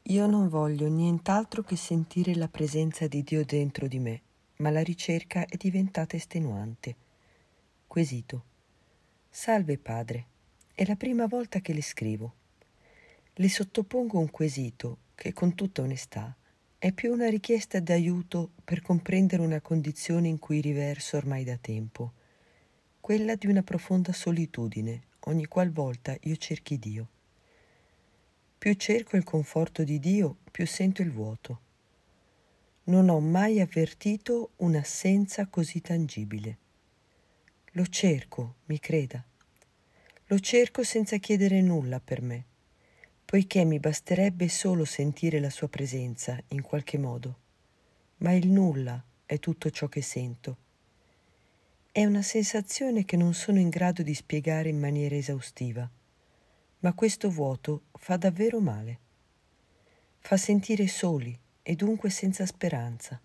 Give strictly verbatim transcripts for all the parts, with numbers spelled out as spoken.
Io non voglio nient'altro che sentire la presenza di Dio dentro di me, ma la ricerca è diventata estenuante. Quesito. Salve padre, è la prima volta che le scrivo. Le sottopongo un quesito che, con tutta onestà, è più una richiesta d'aiuto per comprendere una condizione in cui riverso ormai da tempo, quella di una profonda solitudine ogni qualvolta io cerchi Dio. Più cerco il conforto di Dio, più sento il vuoto. Non ho mai avvertito un'assenza così tangibile. Lo cerco, mi creda. Lo cerco senza chiedere nulla per me, poiché mi basterebbe solo sentire la sua presenza in qualche modo. Ma il nulla è tutto ciò che sento. È una sensazione che non sono in grado di spiegare in maniera esaustiva, ma questo vuoto fa davvero male. Fa sentire soli e dunque senza speranza.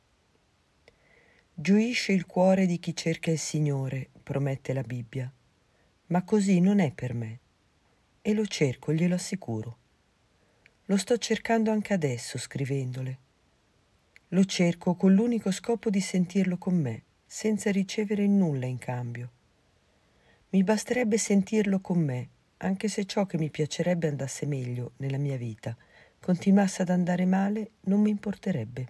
Gioisce il cuore di chi cerca il Signore, promette la Bibbia, ma così non è per me. E lo cerco, glielo assicuro. Lo sto cercando anche adesso, scrivendole. Lo cerco con l'unico scopo di sentirlo con me, senza ricevere nulla in cambio. Mi basterebbe sentirlo con me, anche se ciò che mi piacerebbe andasse meglio nella mia vita continuasse ad andare male, non mi importerebbe.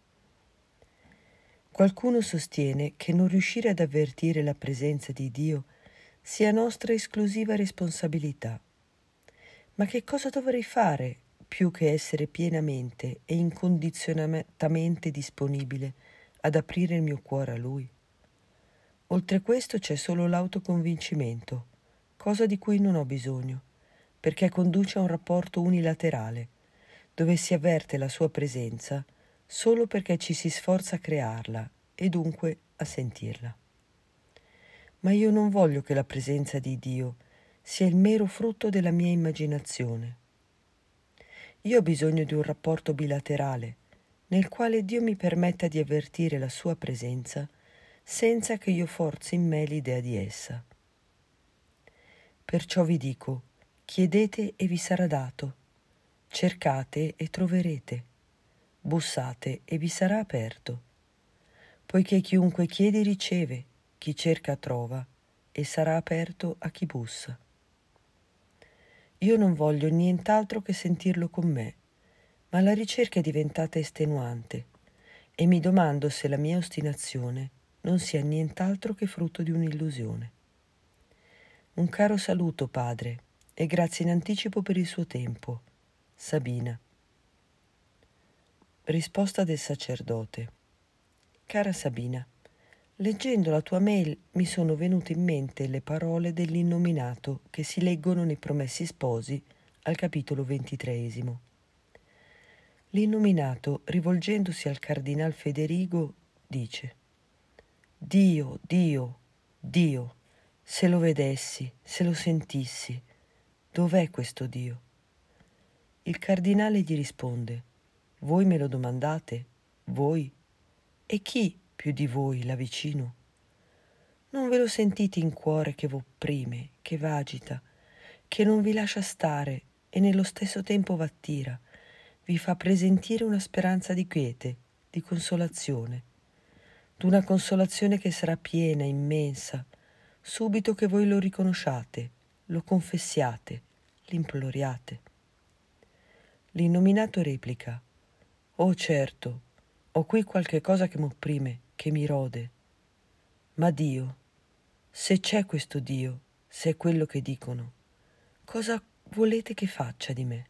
Qualcuno sostiene che non riuscire ad avvertire la presenza di Dio sia nostra esclusiva responsabilità. Ma che cosa dovrei fare più che essere pienamente e incondizionatamente disponibile ad aprire il mio cuore a Lui? Oltre questo c'è solo l'autoconvincimento, cosa di cui non ho bisogno, perché conduce a un rapporto unilaterale, dove si avverte la sua presenza solo perché ci si sforza a crearla e dunque a sentirla. Ma io non voglio che la presenza di Dio sia il mero frutto della mia immaginazione. Io ho bisogno di un rapporto bilaterale, nel quale Dio mi permetta di avvertire la sua presenza senza che io forzi in me l'idea di essa. Perciò vi dico, chiedete e vi sarà dato, cercate e troverete, bussate e vi sarà aperto, poiché chiunque chiede riceve, chi cerca trova, e sarà aperto a chi bussa. Io non voglio nient'altro che sentirlo con me, ma la ricerca è diventata estenuante e mi domando se la mia ostinazione non sia nient'altro che frutto di un'illusione. Un caro saluto, padre, e grazie in anticipo per il suo tempo. Sabina. Risposta del sacerdote. Cara Sabina, leggendo la tua mail mi sono venute in mente le parole dell'innominato che si leggono nei Promessi Sposi al capitolo ventitreesimo. L'innominato, rivolgendosi al cardinal Federigo, dice: Dio, Dio, Dio, se lo vedessi, se lo sentissi, dov'è questo Dio? Il cardinale gli risponde: voi me lo domandate? Voi? E chi più di voi l'ha vicino? Non ve lo sentite in cuore che v'opprime, che v'agita, che non vi lascia stare e nello stesso tempo v'attira, vi fa presentire una speranza di quiete, di consolazione, d'una consolazione che sarà piena, immensa, subito che voi lo riconosciate, lo confessiate, l'imploriate. L'innominato replica: oh certo, ho qui qualche cosa che m'opprime, che mi rode. Ma Dio, se c'è questo Dio, se è quello che dicono, cosa volete che faccia di me?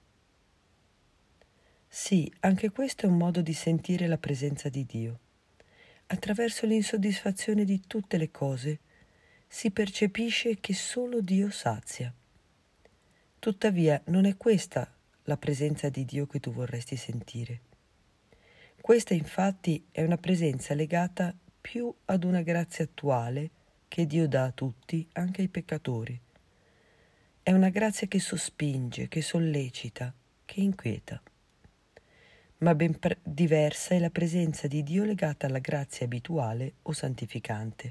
Sì, anche questo è un modo di sentire la presenza di Dio. Attraverso l'insoddisfazione di tutte le cose si percepisce che solo Dio sazia. Tuttavia non è questa la presenza di Dio che tu vorresti sentire. Questa infatti è una presenza legata più ad una grazia attuale che Dio dà a tutti, anche ai peccatori. È una grazia che sospinge, che sollecita, che inquieta. Ma ben pre- diversa è la presenza di Dio legata alla grazia abituale o santificante.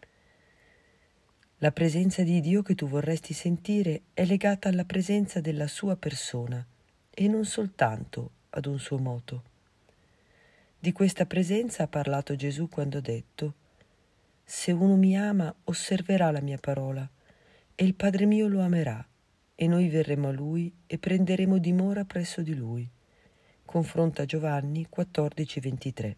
La presenza di Dio che tu vorresti sentire è legata alla presenza della sua persona, e non soltanto ad un suo moto. Di questa presenza ha parlato Gesù quando ha detto: «Se uno mi ama, osserverà la mia parola, e il Padre mio lo amerà, e noi verremo a lui e prenderemo dimora presso di lui». Confronta Giovanni quattordici ventitré.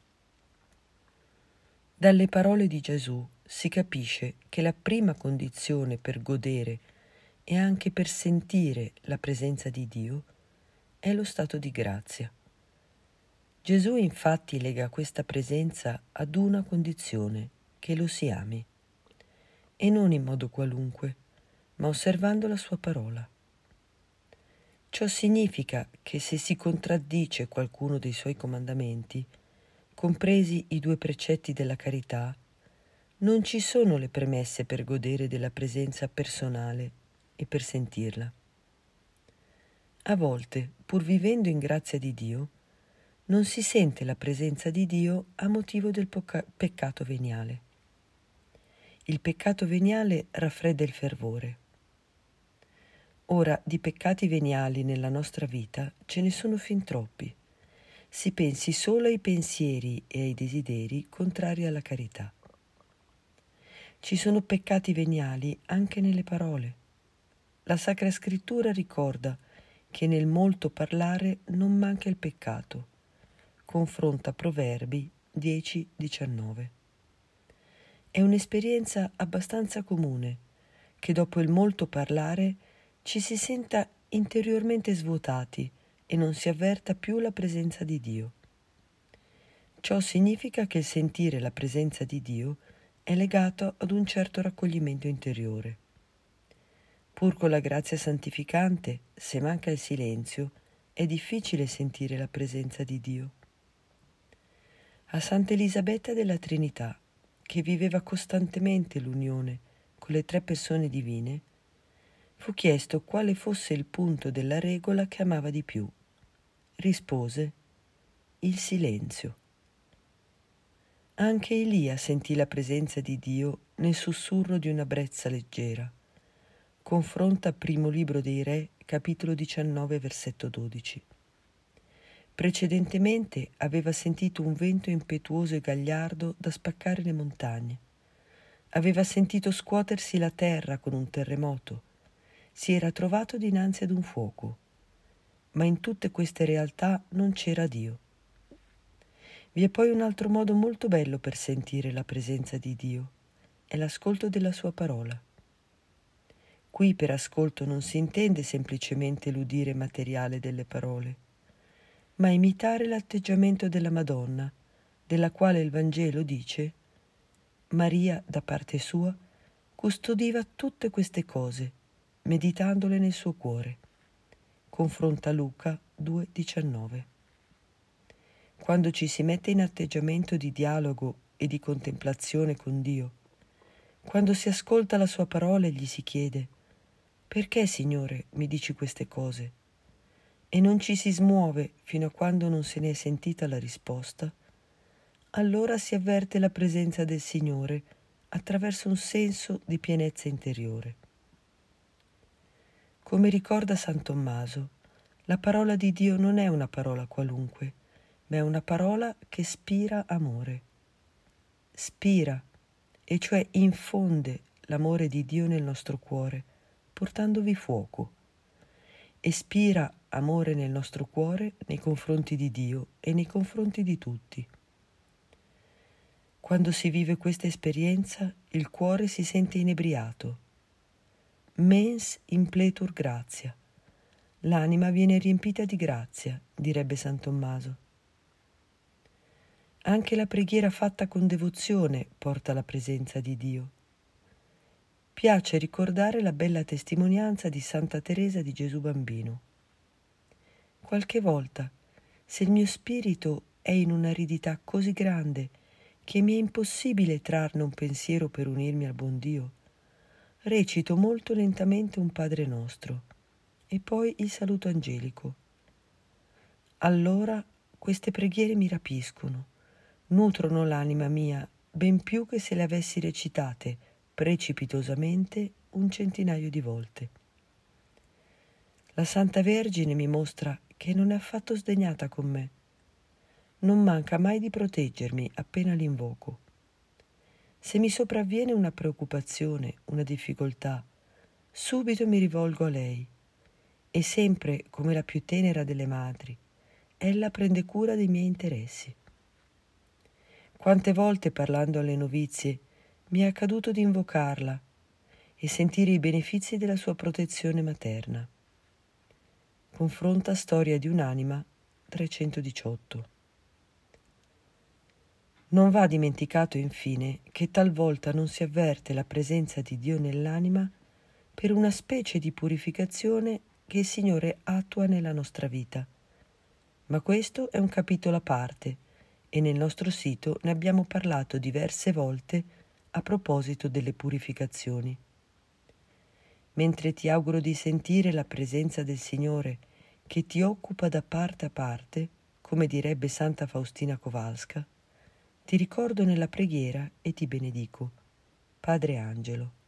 Dalle parole di Gesù si capisce che la prima condizione per godere e anche per sentire la presenza di Dio è lo stato di grazia. Gesù infatti lega questa presenza ad una condizione, che lo si ami, e non in modo qualunque, ma osservando la sua parola. Ciò significa che se si contraddice qualcuno dei suoi comandamenti, compresi i due precetti della carità, non ci sono le premesse per godere della presenza personale e per sentirla. A volte, pur vivendo in grazia di Dio, non si sente la presenza di Dio a motivo del poca- peccato veniale. Il peccato veniale raffredda il fervore. Ora, di peccati veniali nella nostra vita ce ne sono fin troppi. Si pensi solo ai pensieri e ai desideri contrari alla carità. Ci sono peccati veniali anche nelle parole. La Sacra Scrittura ricorda che nel molto parlare non manca il peccato. Confronta Proverbi dieci diciannove. È un'esperienza abbastanza comune che dopo il molto parlare ci si senta interiormente svuotati e non si avverta più la presenza di Dio. Ciò significa che il sentire la presenza di Dio è legato ad un certo raccoglimento interiore. Pur con la grazia santificante, se manca il silenzio, è difficile sentire la presenza di Dio. A Santa Elisabetta della Trinità, che viveva costantemente l'unione con le tre persone divine, fu chiesto quale fosse il punto della regola che amava di più. Rispose: il silenzio. Anche Elia sentì la presenza di Dio nel sussurro di una brezza leggera. Confronta Primo Libro dei Re, capitolo diciannove, versetto dodici. Precedentemente aveva sentito un vento impetuoso e gagliardo da spaccare le montagne. Aveva sentito scuotersi la terra con un terremoto. Si era trovato dinanzi ad un fuoco. Ma in tutte queste realtà non c'era Dio. Vi è poi un altro modo molto bello per sentire la presenza di Dio. È l'ascolto della sua parola. Qui per ascolto non si intende semplicemente l'udire materiale delle parole, ma imitare l'atteggiamento della Madonna, della quale il Vangelo dice: Maria, da parte sua, custodiva tutte queste cose, meditandole nel suo cuore. Confronta Luca due diciannove. Quando ci si mette in atteggiamento di dialogo e di contemplazione con Dio, quando si ascolta la sua parola e gli si chiede: perché, Signore, mi dici queste cose? E non ci si smuove fino a quando non se ne è sentita la risposta, allora si avverte la presenza del Signore attraverso un senso di pienezza interiore. Come ricorda San Tommaso, la parola di Dio non è una parola qualunque, ma è una parola che spira amore. Spira, e cioè infonde l'amore di Dio nel nostro cuore, portandovi fuoco. E spira amore nel nostro cuore nei confronti di Dio e nei confronti di tutti. Quando si vive questa esperienza, il cuore si sente inebriato. Mens impletur gratia. L'anima viene riempita di grazia, direbbe San Tommaso. Anche la preghiera fatta con devozione porta la presenza di Dio. Piace ricordare la bella testimonianza di Santa Teresa di Gesù Bambino. Qualche volta, se il mio spirito è in un'aridità così grande che mi è impossibile trarne un pensiero per unirmi al buon Dio, recito molto lentamente un Padre Nostro e poi il saluto angelico. Allora queste preghiere mi rapiscono, nutrono l'anima mia ben più che se le avessi recitate precipitosamente un centinaio di volte. La Santa Vergine mi mostra che non è affatto sdegnata con me. Non manca mai di proteggermi appena l'invoco. Se mi sopravviene una preoccupazione, una difficoltà, subito mi rivolgo a lei e sempre, come la più tenera delle madri, ella prende cura dei miei interessi. Quante volte, parlando alle novizie, mi è accaduto di invocarla e sentire i benefici della sua protezione materna. Confronta Storia di un'anima trecentodiciotto. Non va dimenticato infine che talvolta non si avverte la presenza di Dio nell'anima per una specie di purificazione che il Signore attua nella nostra vita. Ma questo è un capitolo a parte e nel nostro sito ne abbiamo parlato diverse volte a proposito delle purificazioni. Mentre ti auguro di sentire la presenza del Signore che ti occupa da parte a parte, come direbbe Santa Faustina Kowalska, ti ricordo nella preghiera e ti benedico. Padre Angelo.